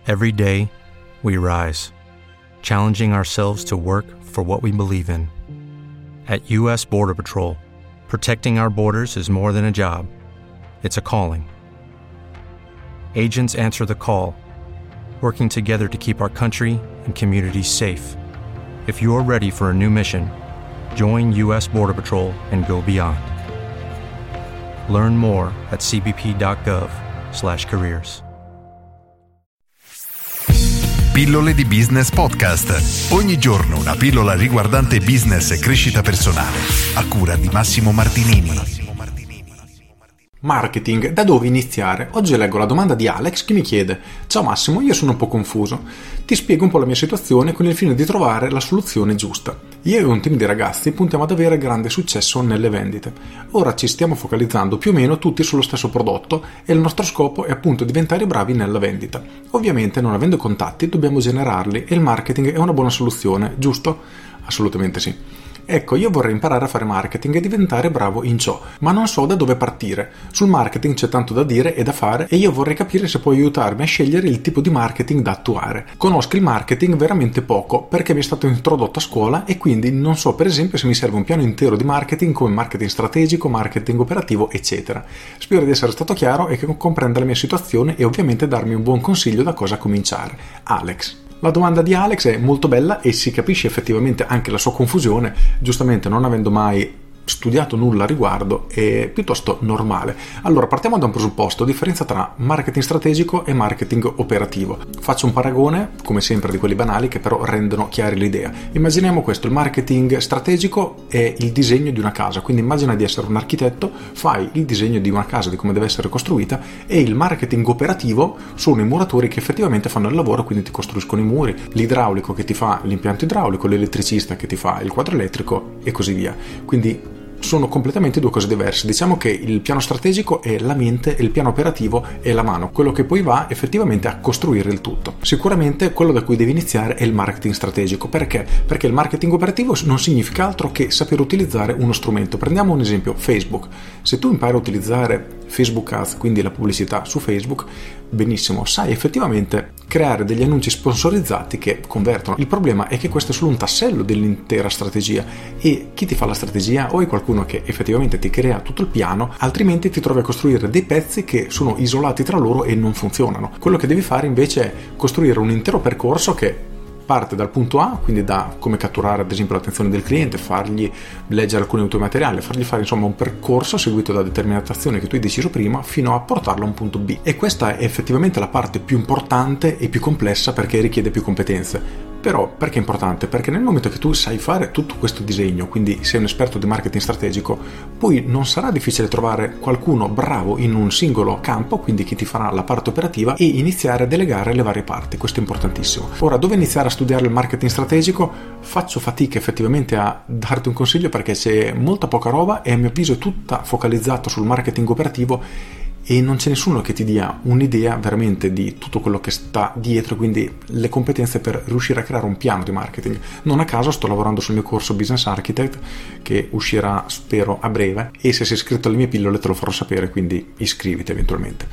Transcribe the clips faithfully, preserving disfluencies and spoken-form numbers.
Every day, we rise, challenging ourselves to work for what we believe in. At U S Border Patrol, protecting our borders is more than a job. It's a calling. Agents answer the call, working together to keep our country and communities safe. If you're ready for a new mission, join U S Border Patrol and go beyond. Learn more at c b p dot gov slash careers. Pillole di Business Podcast. Ogni giorno una pillola riguardante business e crescita personale. A cura di Massimo Martinini. Marketing, da dove iniziare? Oggi leggo la domanda di Alex che mi chiede: ciao Massimo, io sono un po' confuso. Ti spiego un po' la mia situazione con il fine di trovare la soluzione giusta. Io e un team di ragazzi puntiamo ad avere grande successo nelle vendite. Ora ci stiamo focalizzando più o meno tutti sullo stesso prodotto e il nostro scopo è appunto diventare bravi nella vendita. Ovviamente, non avendo contatti, dobbiamo generarli e il marketing è una buona soluzione, giusto? Assolutamente sì. Ecco, io vorrei imparare a fare marketing e diventare bravo in ciò, ma non so da dove partire. Sul marketing c'è tanto da dire e da fare e io vorrei capire se puoi aiutarmi a scegliere il tipo di marketing da attuare. Conosco il marketing veramente poco perché mi è stato introdotto a scuola e quindi non so per esempio se mi serve un piano intero di marketing come marketing strategico, marketing operativo, eccetera. Spero di essere stato chiaro e che comprenda la mia situazione e ovviamente darmi un buon consiglio da cosa cominciare. Alex. La domanda di Alex è molto bella e si capisce effettivamente anche la sua confusione, giustamente non avendo mai studiato nulla a riguardo è piuttosto normale. Allora partiamo da un presupposto: differenza tra marketing strategico e marketing operativo. Faccio un paragone come sempre di quelli banali che però rendono chiari l'idea. Immaginiamo questo: il marketing strategico è il disegno di una casa, quindi immagina di essere un architetto, fai il disegno di una casa, di come deve essere costruita, e il marketing operativo sono i muratori che effettivamente fanno il lavoro, quindi ti costruiscono i muri, l'idraulico che ti fa l'impianto idraulico, l'elettricista che ti fa il quadro elettrico e così via. Quindi sono completamente due cose diverse. Diciamo che il piano strategico è la mente e il piano operativo è la mano, quello che poi va effettivamente a costruire il tutto. Sicuramente quello da cui devi iniziare è il marketing strategico. Perché? Perché il marketing operativo non significa altro che saper utilizzare uno strumento. Prendiamo un esempio: Facebook. Se tu impari a utilizzare Facebook Ads, quindi la pubblicità su Facebook, benissimo, sai effettivamente creare degli annunci sponsorizzati che convertono. Il problema è che questo è solo un tassello dell'intera strategia e chi ti fa la strategia? O è qualcuno che effettivamente ti crea tutto il piano, altrimenti ti trovi a costruire dei pezzi che sono isolati tra loro e non funzionano. Quello che devi fare invece è costruire un intero percorso che parte dal punto A, quindi da come catturare ad esempio l'attenzione del cliente, fargli leggere alcuni dei tuoi materiali, fargli fare insomma un percorso seguito da determinate azioni che tu hai deciso prima fino a portarlo a un punto B. E questa è effettivamente la parte più importante e più complessa perché richiede più competenze. Però perché è importante? Perché nel momento che tu sai fare tutto questo disegno, quindi sei un esperto di marketing strategico, poi non sarà difficile trovare qualcuno bravo in un singolo campo, quindi chi ti farà la parte operativa, e iniziare a delegare le varie parti. Questo è importantissimo. Ora, dove iniziare a studiare il marketing strategico? Faccio fatica effettivamente a darti un consiglio perché c'è molta poca roba e a mio avviso è tutta focalizzata sul marketing operativo e non c'è nessuno che ti dia un'idea veramente di tutto quello che sta dietro, quindi le competenze per riuscire a creare un piano di marketing. Non a caso sto lavorando sul mio corso Business Architect che uscirà spero a breve e se sei iscritto alle mie pillole te lo farò sapere, quindi iscriviti eventualmente.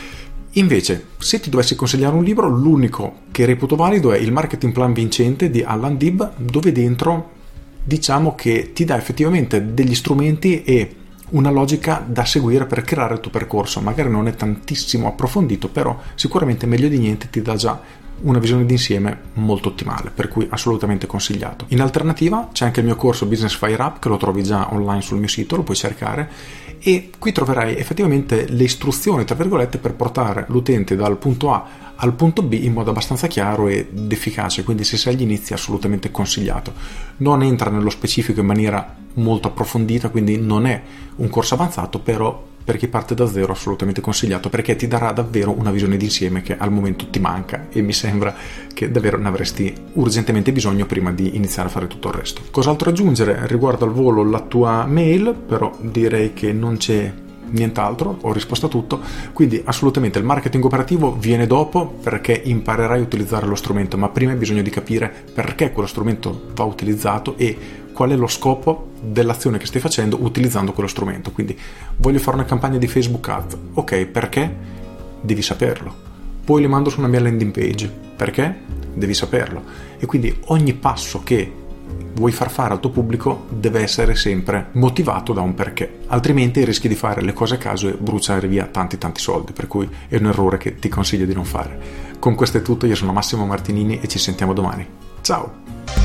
Invece, se ti dovessi consigliare un libro, l'unico che reputo valido è Il Marketing Plan Vincente di Alan Dibb, dove dentro diciamo che ti dà effettivamente degli strumenti e una logica da seguire per creare il tuo percorso. Magari non è tantissimo approfondito, però sicuramente meglio di niente, ti dà già una visione d'insieme molto ottimale, per cui assolutamente consigliato. In alternativa c'è anche il mio corso Business Fire Up che lo trovi già online sul mio sito, lo puoi cercare e qui troverai effettivamente le istruzioni tra virgolette per portare l'utente dal punto A al punto B in modo abbastanza chiaro ed efficace, quindi se sei agli inizi assolutamente consigliato. Non entra nello specifico in maniera molto approfondita, quindi non è un corso avanzato, però per chi parte da zero assolutamente consigliato perché ti darà davvero una visione d'insieme che al momento ti manca e mi sembra che davvero ne avresti urgentemente bisogno prima di iniziare a fare tutto il resto. Cos'altro aggiungere? Riguardo al volo la tua mail, però direi che non c'è nient'altro, ho risposto a tutto, quindi assolutamente il marketing operativo viene dopo perché imparerai a utilizzare lo strumento, ma prima hai bisogno di capire perché quello strumento va utilizzato e qual è lo scopo dell'azione che stai facendo utilizzando quello strumento. Quindi voglio fare una campagna di Facebook Ads, ok, perché? Devi saperlo. poi le mando su una mia landing page. Perché? Devi saperlo. E quindi ogni passo che vuoi far fare al tuo pubblico deve essere sempre motivato da un perché, altrimenti rischi di fare le cose a caso e bruciare via tanti tanti soldi, per cui è un errore che ti consiglio di non fare. Con questo è tutto, io sono Massimo Martinini e ci sentiamo domani. Ciao!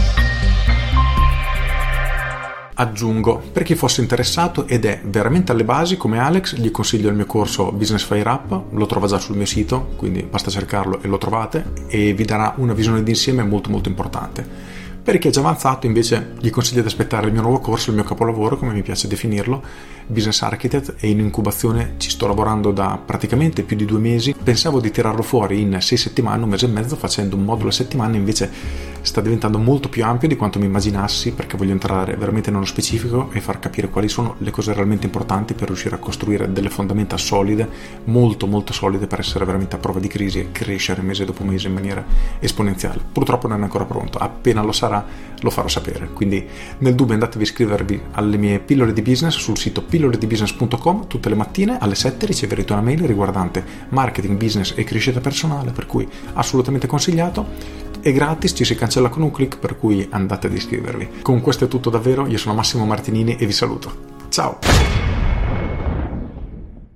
Aggiungo, per chi fosse interessato ed è veramente alle basi come Alex, gli consiglio il mio corso Business Fire Up, lo trova già sul mio sito, quindi basta cercarlo e lo trovate, e vi darà una visione d'insieme molto molto importante. Per chi è già avanzato invece gli consiglio di aspettare il mio nuovo corso, il mio capolavoro come mi piace definirlo, Business Architect, è in incubazione, ci sto lavorando da praticamente più di due mesi. Pensavo di tirarlo fuori in sei settimane, un mese e mezzo facendo un modulo a settimana, invece sta diventando molto più ampio di quanto mi immaginassi, perché voglio entrare veramente nello specifico e far capire quali sono le cose realmente importanti per riuscire a costruire delle fondamenta solide, molto molto solide, per essere veramente a prova di crisi e crescere mese dopo mese in maniera esponenziale. Purtroppo non è ancora pronto, appena lo sarà lo farò sapere, quindi nel dubbio andatevi a iscrivervi alle mie pillole di business sul sito pillole di business punto com. Tutte le mattine alle sette riceverete una mail riguardante marketing, business e crescita personale, per cui assolutamente consigliato. È gratis, ci si cancella con un click, per cui andate ad iscrivervi. Con questo è tutto davvero, io sono Massimo Martinini e vi saluto. Ciao!